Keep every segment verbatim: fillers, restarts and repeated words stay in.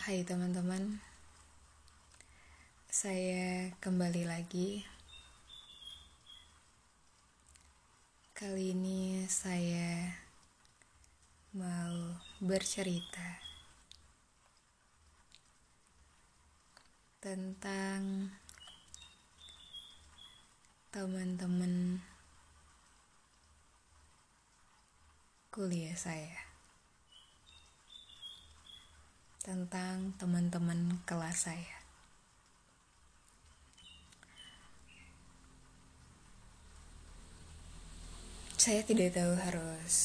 Hai teman-teman, saya kembali lagi. Kali ini saya mau bercerita tentang teman-teman kuliah saya, tentang teman-teman kelas saya. Saya tidak tahu harus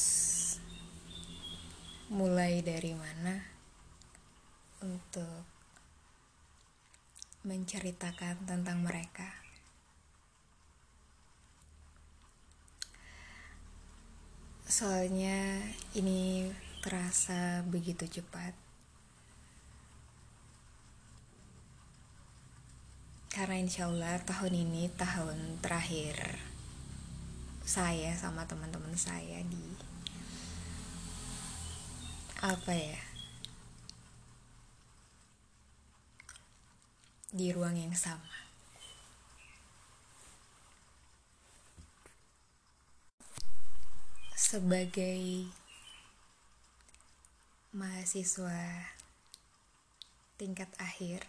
mulai dari mana untuk menceritakan tentang mereka. Soalnya ini terasa begitu cepat. Karena insya Allah tahun ini tahun terakhir saya sama teman-teman saya di apa ya di ruang yang sama. Sebagai mahasiswa tingkat akhir,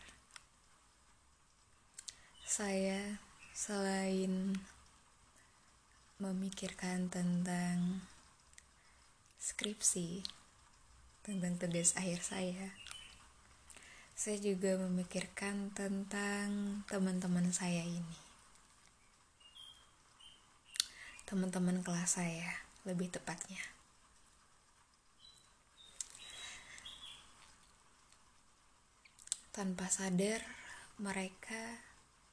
saya selain memikirkan tentang skripsi, tentang tugas akhir saya, saya juga memikirkan tentang teman-teman saya ini. Teman-teman kelas saya, lebih tepatnya. Tanpa sadar, mereka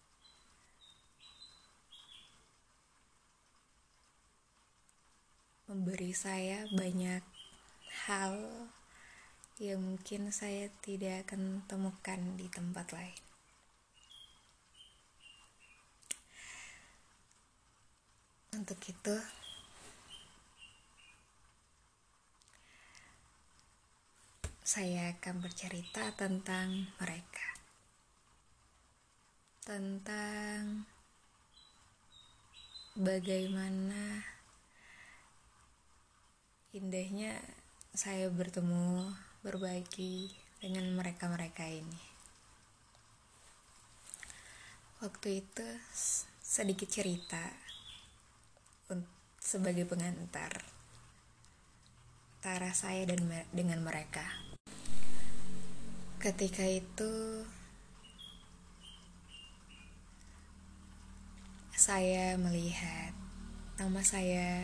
memberi saya banyak hal yang mungkin saya tidak akan temukan di tempat lain. Untuk itu, saya akan bercerita tentang mereka, tentang bagaimana indahnya saya bertemu, berbagi dengan mereka-mereka ini. Waktu itu sedikit cerita sebagai pengantar antara saya dan dengan mereka. Ketika itu saya melihat nama saya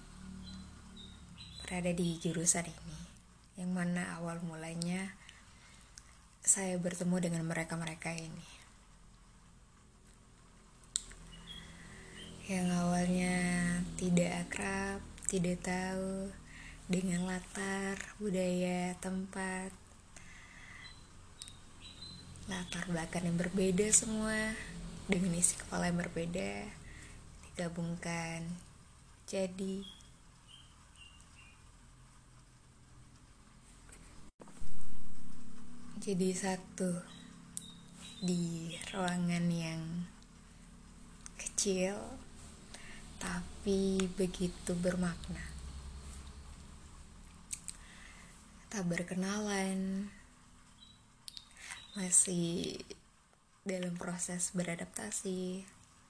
berada di jurusan ini, yang mana awal mulanya saya bertemu dengan mereka-mereka ini. Yang awalnya tidak akrab, tidak tahu dengan latar, budaya, tempat, latar belakang yang berbeda semua, dengan isi kepala yang berbeda, digabungkan jadi jadi satu di ruangan yang kecil tapi begitu bermakna. Tak berkenalan, masih dalam proses beradaptasi.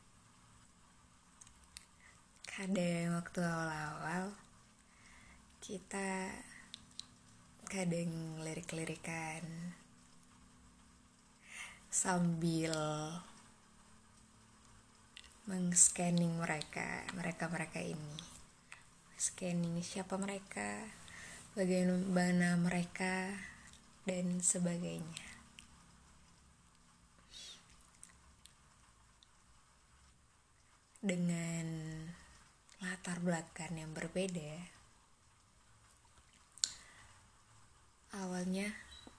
Kadang waktu awal-awal kita kadang lirik-lirikan sambil meng-scanning mereka, mereka-mereka ini. Scanning siapa mereka, bagaimana mereka, dan sebagainya. Dengan latar belakang yang berbeda, awalnya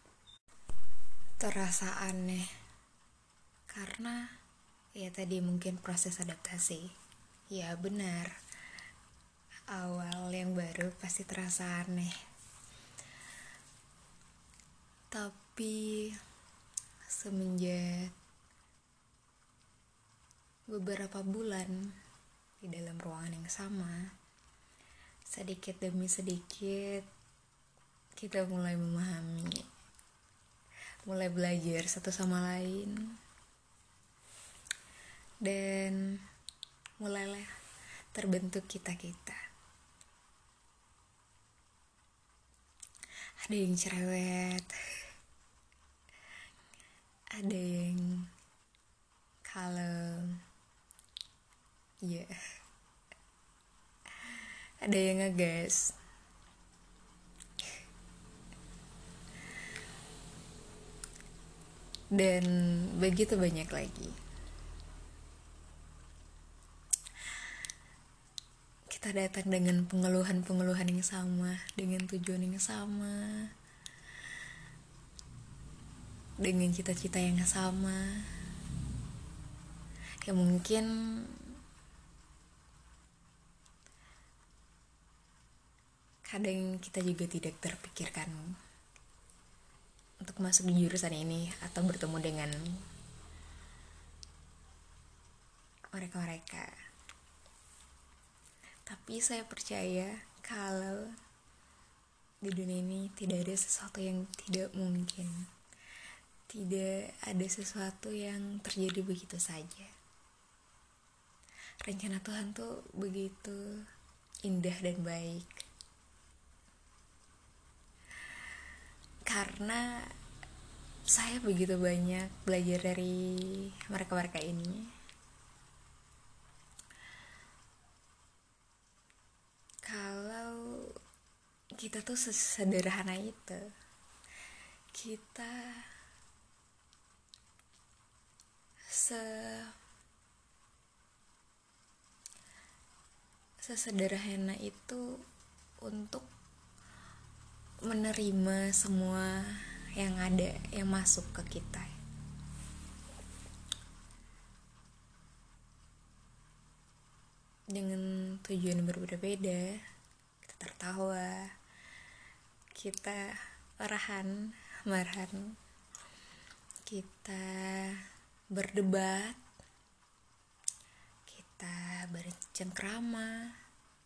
terasa aneh karena ya tadi mungkin proses adaptasi. Ya benar, awal yang baru pasti terasa aneh. Tapi Tapi semenjak beberapa bulan di dalam ruangan yang sama, sedikit demi sedikit kita mulai memahami, mulai belajar satu sama lain, dan mulailah terbentuk kita-kita. Ada yang cerewet, ada yang kalem, ya, yeah. Ada yang ngegas, dan begitu banyak lagi. Kita datang dengan pengeluhan-pengeluhan yang sama, dengan tujuan yang sama, dengan cita-cita yang sama. Ya mungkin kadang kita juga tidak terpikirkan untuk masuk di jurusan ini atau bertemu dengan mereka-mereka. Tapi saya percaya kalau di dunia ini tidak ada sesuatu yang tidak mungkin. Tidak ada sesuatu yang terjadi begitu saja. Rencana Tuhan tuh begitu indah dan baik. Karena saya begitu banyak belajar dari mereka-mereka ini. Kalau kita tuh sesederhana itu, kita se sesederhana itu untuk menerima semua yang ada, yang masuk ke kita. Dengan tujuan berbeda-beda, kita tertawa, kita marahan, marahan, kita berdebat, kita bercengkrama.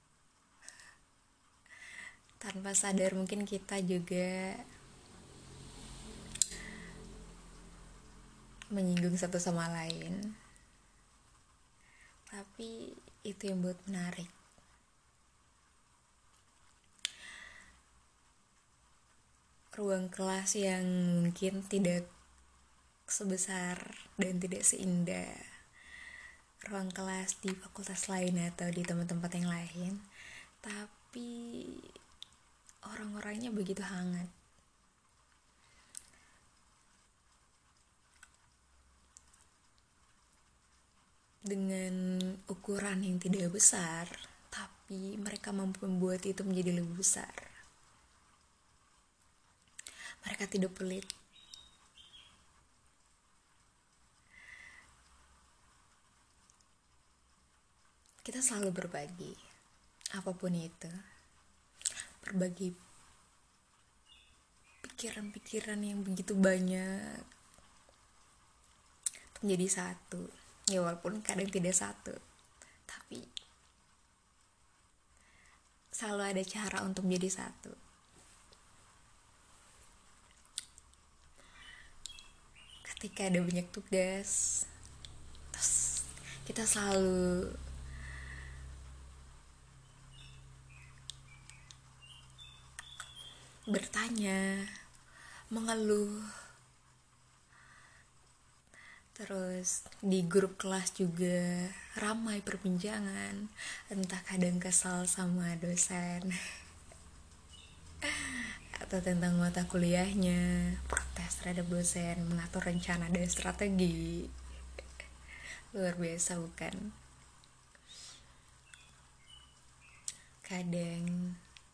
Tanpa sadar mungkin kita juga menyinggung satu sama lain. Tapi itu yang buat menarik. Ruang kelas yang mungkin tidak sebesar dan tidak seindah ruang kelas di fakultas lain atau di tempat-tempat yang lain, tapi orang-orangnya begitu hangat. Dengan ukuran yang tidak besar, tapi mereka mampu membuat itu menjadi lebih besar. Mereka tidak pelit. Kita selalu berbagi, apapun itu. Berbagi pikiran-pikiran yang begitu banyak untuk menjadi satu. Ya walaupun kadang tidak satu, tapi selalu ada cara untuk menjadi satu. Ketika ada banyak tugas, terus kita selalu bertanya, mengeluh. Terus di grup kelas juga ramai perbincangan, entah kadang kesal sama dosen atau tentang mata kuliahnya, protes terhadap dosen, mengatur rencana dan strategi. Luar biasa bukan? Kadang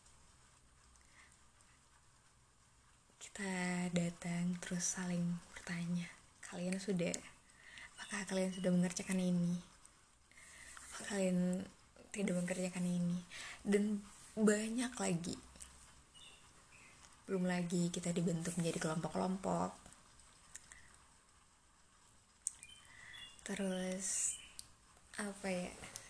kita datang terus saling bertanya, kalian sudah apakah kalian sudah mengerjakan ini? Apakah kalian tidak mengerjakan ini? Dan banyak lagi. Belum lagi kita dibentuk menjadi kelompok-kelompok. Terus apa ya,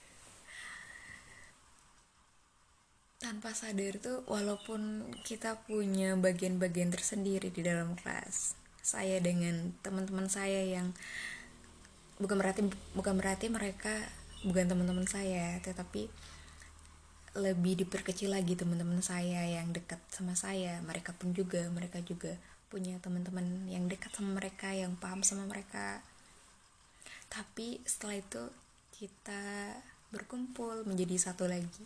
tanpa sadar tuh walaupun kita punya bagian-bagian tersendiri di dalam kelas, saya dengan teman-teman saya yang bukan berarti bukan berarti mereka bukan teman-teman saya, tetapi lebih diperkecil lagi teman-teman saya yang dekat sama saya. Mereka pun juga mereka juga punya teman-teman yang dekat sama mereka, yang paham sama mereka. Tapi setelah itu kita berkumpul menjadi satu lagi,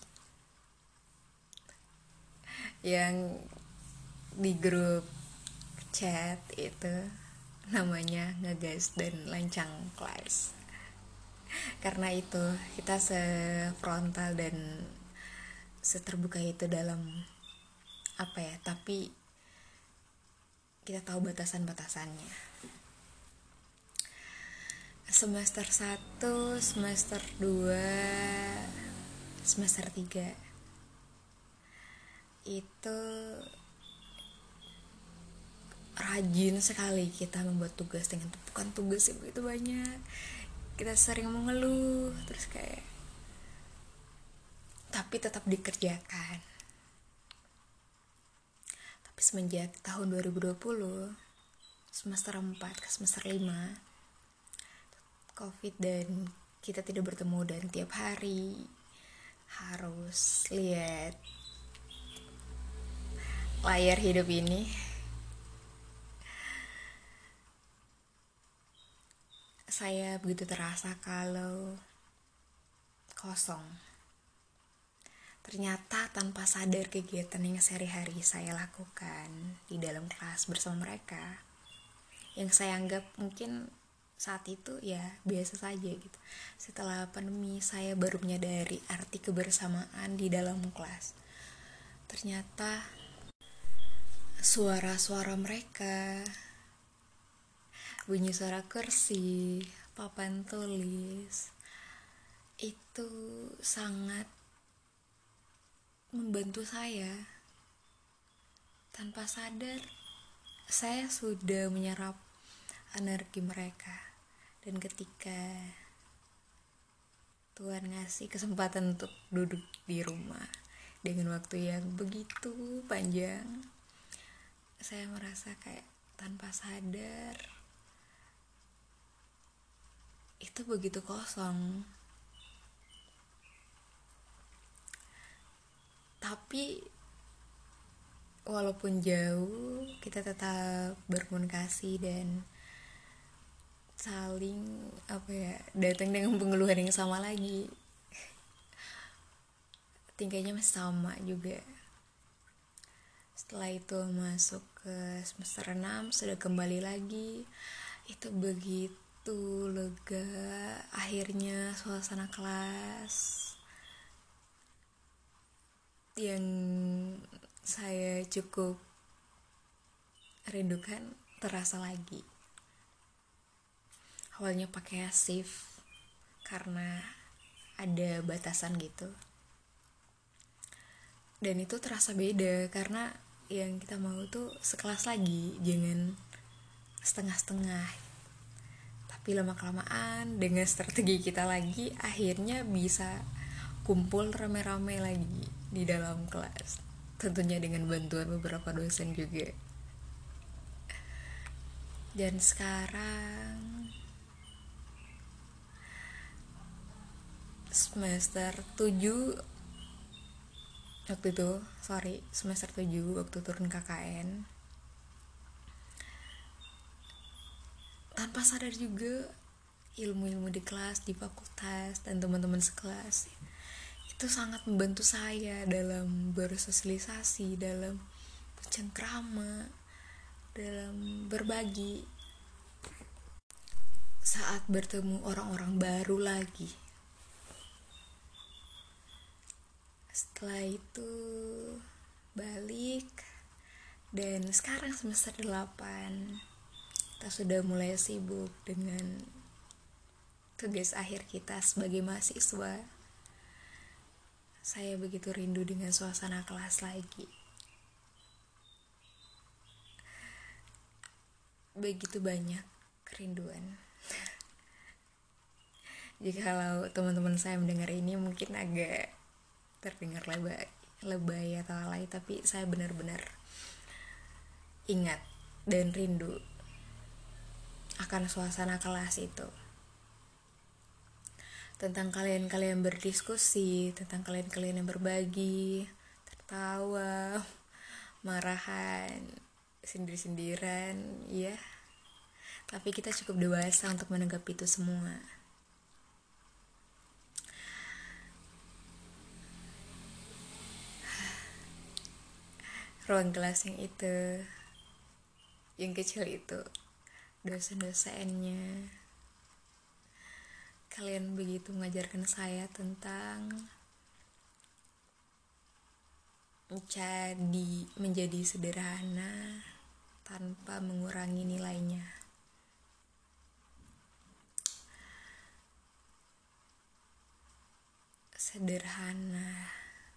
yang di grup chat itu namanya Ngegas dan Lancang Kelas. Karena itu kita sefrontal dan seterbuka itu dalam apa ya, tapi kita tahu batasan-batasannya. Semester satu, semester dua, semester tiga itu rajin sekali kita membuat tugas dengan tumpukan tugas yang begitu banyak. Kita sering mengeluh, terus kayak tapi tetap dikerjakan. Tapi semenjak tahun dua ribu dua puluh, semester empat ke semester lima, Covid dan kita tidak bertemu dan tiap hari harus lihat layar hidup ini, saya begitu terasa kalau kosong. Ternyata tanpa sadar kegiatan yang sehari-hari saya lakukan di dalam kelas bersama mereka, yang saya anggap mungkin saat itu ya biasa saja gitu. Setelah pandemi saya baru menyadari arti kebersamaan di dalam kelas. Ternyata suara-suara mereka, bunyi suara kursi, papan tulis, itu sangat membantu saya. Tanpa sadar saya sudah menyerap energi mereka. Dan ketika Tuhan ngasih kesempatan untuk duduk di rumah dengan waktu yang begitu panjang, saya merasa kayak tanpa sadar itu begitu kosong. Tapi walaupun jauh, kita tetap berkomunikasi dan saling apa ya, datang dengan pengeluhan yang sama lagi. Tingkahnya masih sama juga. Setelah itu masuk ke semester enam, sudah kembali lagi. Itu begitu lega. Akhirnya suasana kelas yang saya cukup rindukan terasa lagi. Awalnya pakai shift karena ada batasan gitu, dan itu terasa beda karena yang kita mau tuh sekelas lagi, jangan setengah-setengah. Tapi lama-kelamaan dengan strategi kita lagi, akhirnya bisa kumpul rame-rame lagi di dalam kelas, tentunya dengan bantuan beberapa dosen juga. Dan sekarang semester tujuh waktu itu, sorry, semester tujuh waktu turun K K N, tanpa sadar juga ilmu-ilmu di kelas, di fakultas, dan teman-teman sekelas itu sangat membantu saya dalam bersosialisasi, dalam bercengkrama, dalam berbagi. Saat bertemu orang-orang baru lagi, setelah itu balik, dan sekarang semester delapan kita sudah mulai sibuk dengan tugas akhir kita sebagai mahasiswa. Saya begitu rindu dengan suasana kelas lagi. begitu banyak kerinduan. Jikalau teman-teman saya mendengar ini mungkin agak terdengar lebay, lebay atau alay, tapi saya benar-benar ingat dan rindu akan suasana kelas itu. Tentang kalian-kalian berdiskusi, tentang kalian-kalian yang berbagi, tertawa, marahan, sindir-sindiran, ya. Tapi kita cukup dewasa untuk menanggapi itu semua. Ruang kelas yang itu, yang kecil itu, dosen-dosennya, kalian begitu mengajarkan saya tentang menjadi menjadi sederhana tanpa mengurangi nilainya. Sederhana,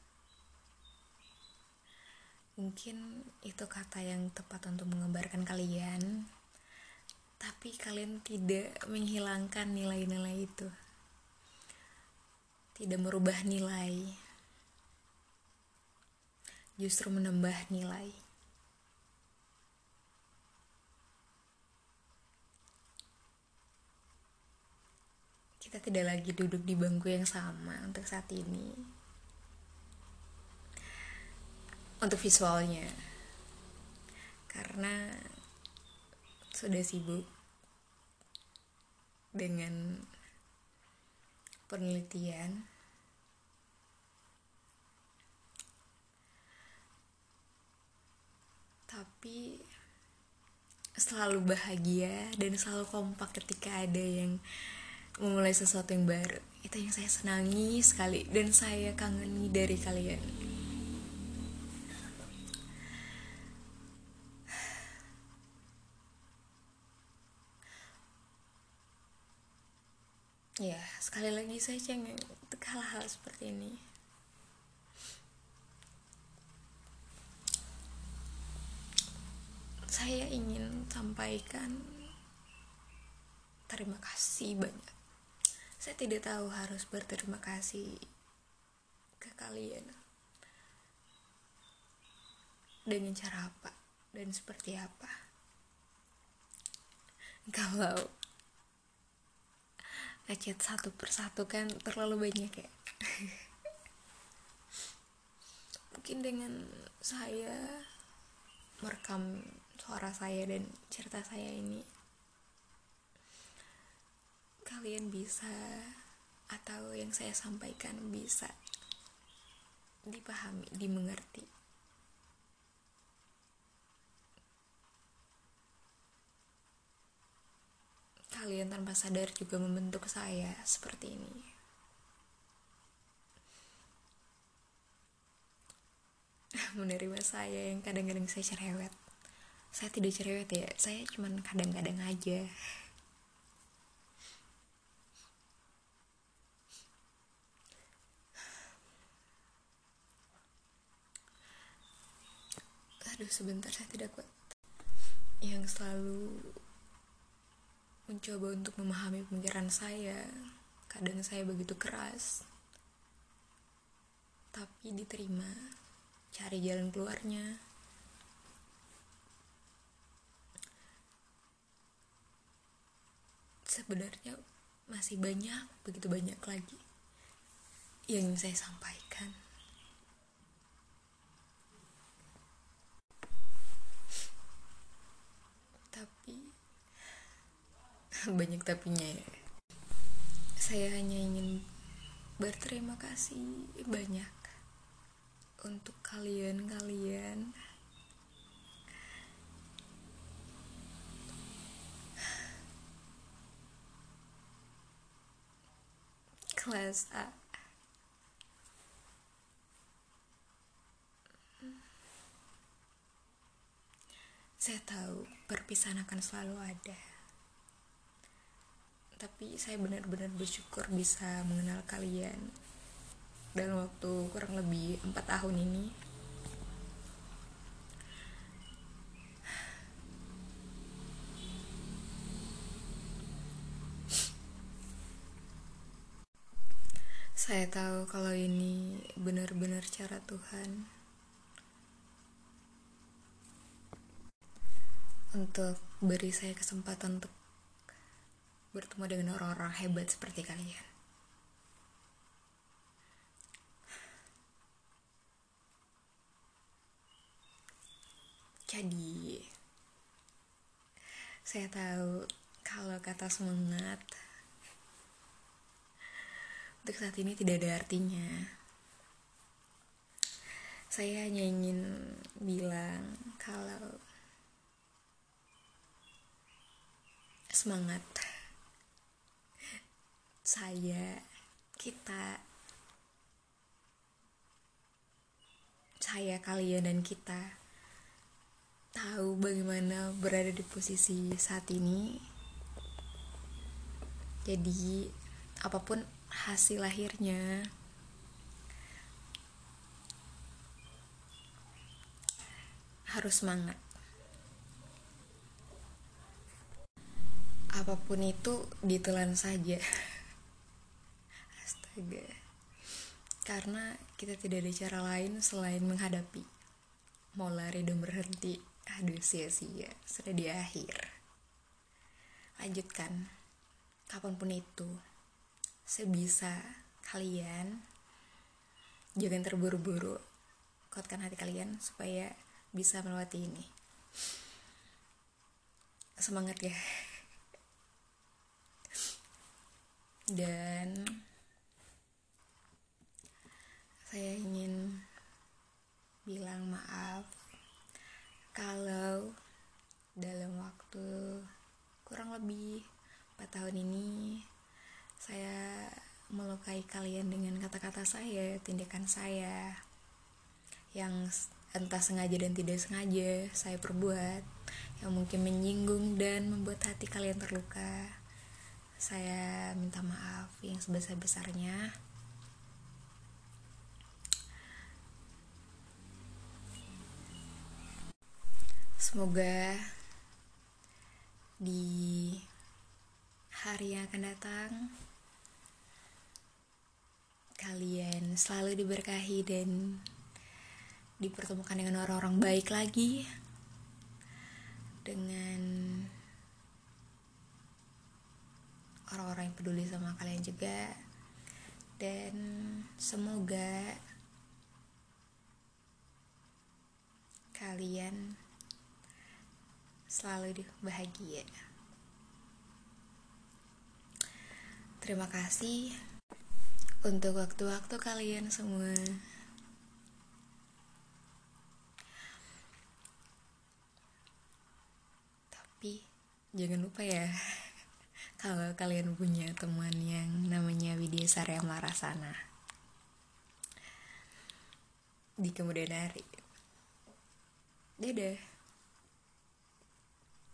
mungkin itu kata yang tepat untuk menggambarkan kalian, tapi kalian tidak menghilangkan nilai-nilai itu, tidak merubah nilai, justru menambah nilai. Kita tidak lagi duduk di bangku yang sama untuk saat ini. Untuk visualnya, karena sudah sibuk dengan penelitian, tapi selalu bahagia dan selalu kompak ketika ada yang memulai sesuatu yang baru. Itu yang saya senangi sekali dan saya kangeni dari kalian. Ya, sekali lagi saya cengeng untuk hal-hal seperti ini. Saya ingin sampaikan terima kasih banyak. Saya tidak tahu harus berterima kasih ke kalian dengan cara apa dan seperti apa. Kalau ngechat satu persatu kan terlalu banyak ya. Mungkin dengan saya merekam suara saya dan cerita saya ini, kalian bisa, atau yang saya sampaikan bisa dipahami, dimengerti. Kalian tanpa sadar juga membentuk saya seperti ini. Menerima saya yang kadang-kadang saya cerewet. Saya tidak cerewet ya, saya cuman kadang-kadang aja. Aduh, sebentar, saya tidak kuat. Yang selalu mencoba untuk memahami pemikiran saya, kadang saya begitu keras, tapi diterima, cari jalan keluarnya. Sebenarnya masih banyak, begitu banyak lagi yang ingin saya sampaikan. Tapi banyak tapinya ya. Saya hanya ingin berterima kasih banyak untuk kalian-kalian kelas A. Saya tahu perpisahan akan selalu ada, tapi saya benar-benar bersyukur bisa mengenal kalian dalam waktu kurang lebih empat tahun ini. Saya tahu kalau ini benar-benar cara Tuhan untuk beri saya kesempatan untuk bertemu dengan orang-orang hebat seperti kalian. Jadi, saya tahu kalau kata semangat untuk saat ini tidak ada artinya. Saya hanya ingin bilang kalau semangat. Saya, kita, saya, kalian, dan kita tahu bagaimana berada di posisi saat ini. Jadi apapun hasil akhirnya, harus semangat. Apapun itu ditelan saja. Astaga. Karena kita tidak ada cara lain selain menghadapi. Mau lari dan berhenti, aduh sia-sia, sudah di akhir. Lanjutkan, kapanpun itu, sebisa kalian. Jangan terburu-buru, kuatkan hati kalian supaya bisa melewati ini. Semangat ya. Dan saya ingin bilang maaf kalau dalam waktu kurang lebih empat tahun ini saya melukai kalian dengan kata-kata saya, tindakan saya yang entah sengaja dan tidak sengaja saya perbuat, yang mungkin menyinggung dan membuat hati kalian terluka. Saya minta maaf yang sebesar-besarnya. Semoga di hari yang akan datang kalian selalu diberkahi dan dipertemukan dengan orang-orang baik lagi, dengan orang-orang yang peduli sama kalian juga, dan semoga kalian selalu bahagia. Terima kasih untuk waktu-waktu kalian semua. Tapi jangan lupa ya, kalau kalian punya teman yang namanya Widya Sarya Marasana di kemudian hari. Dadah.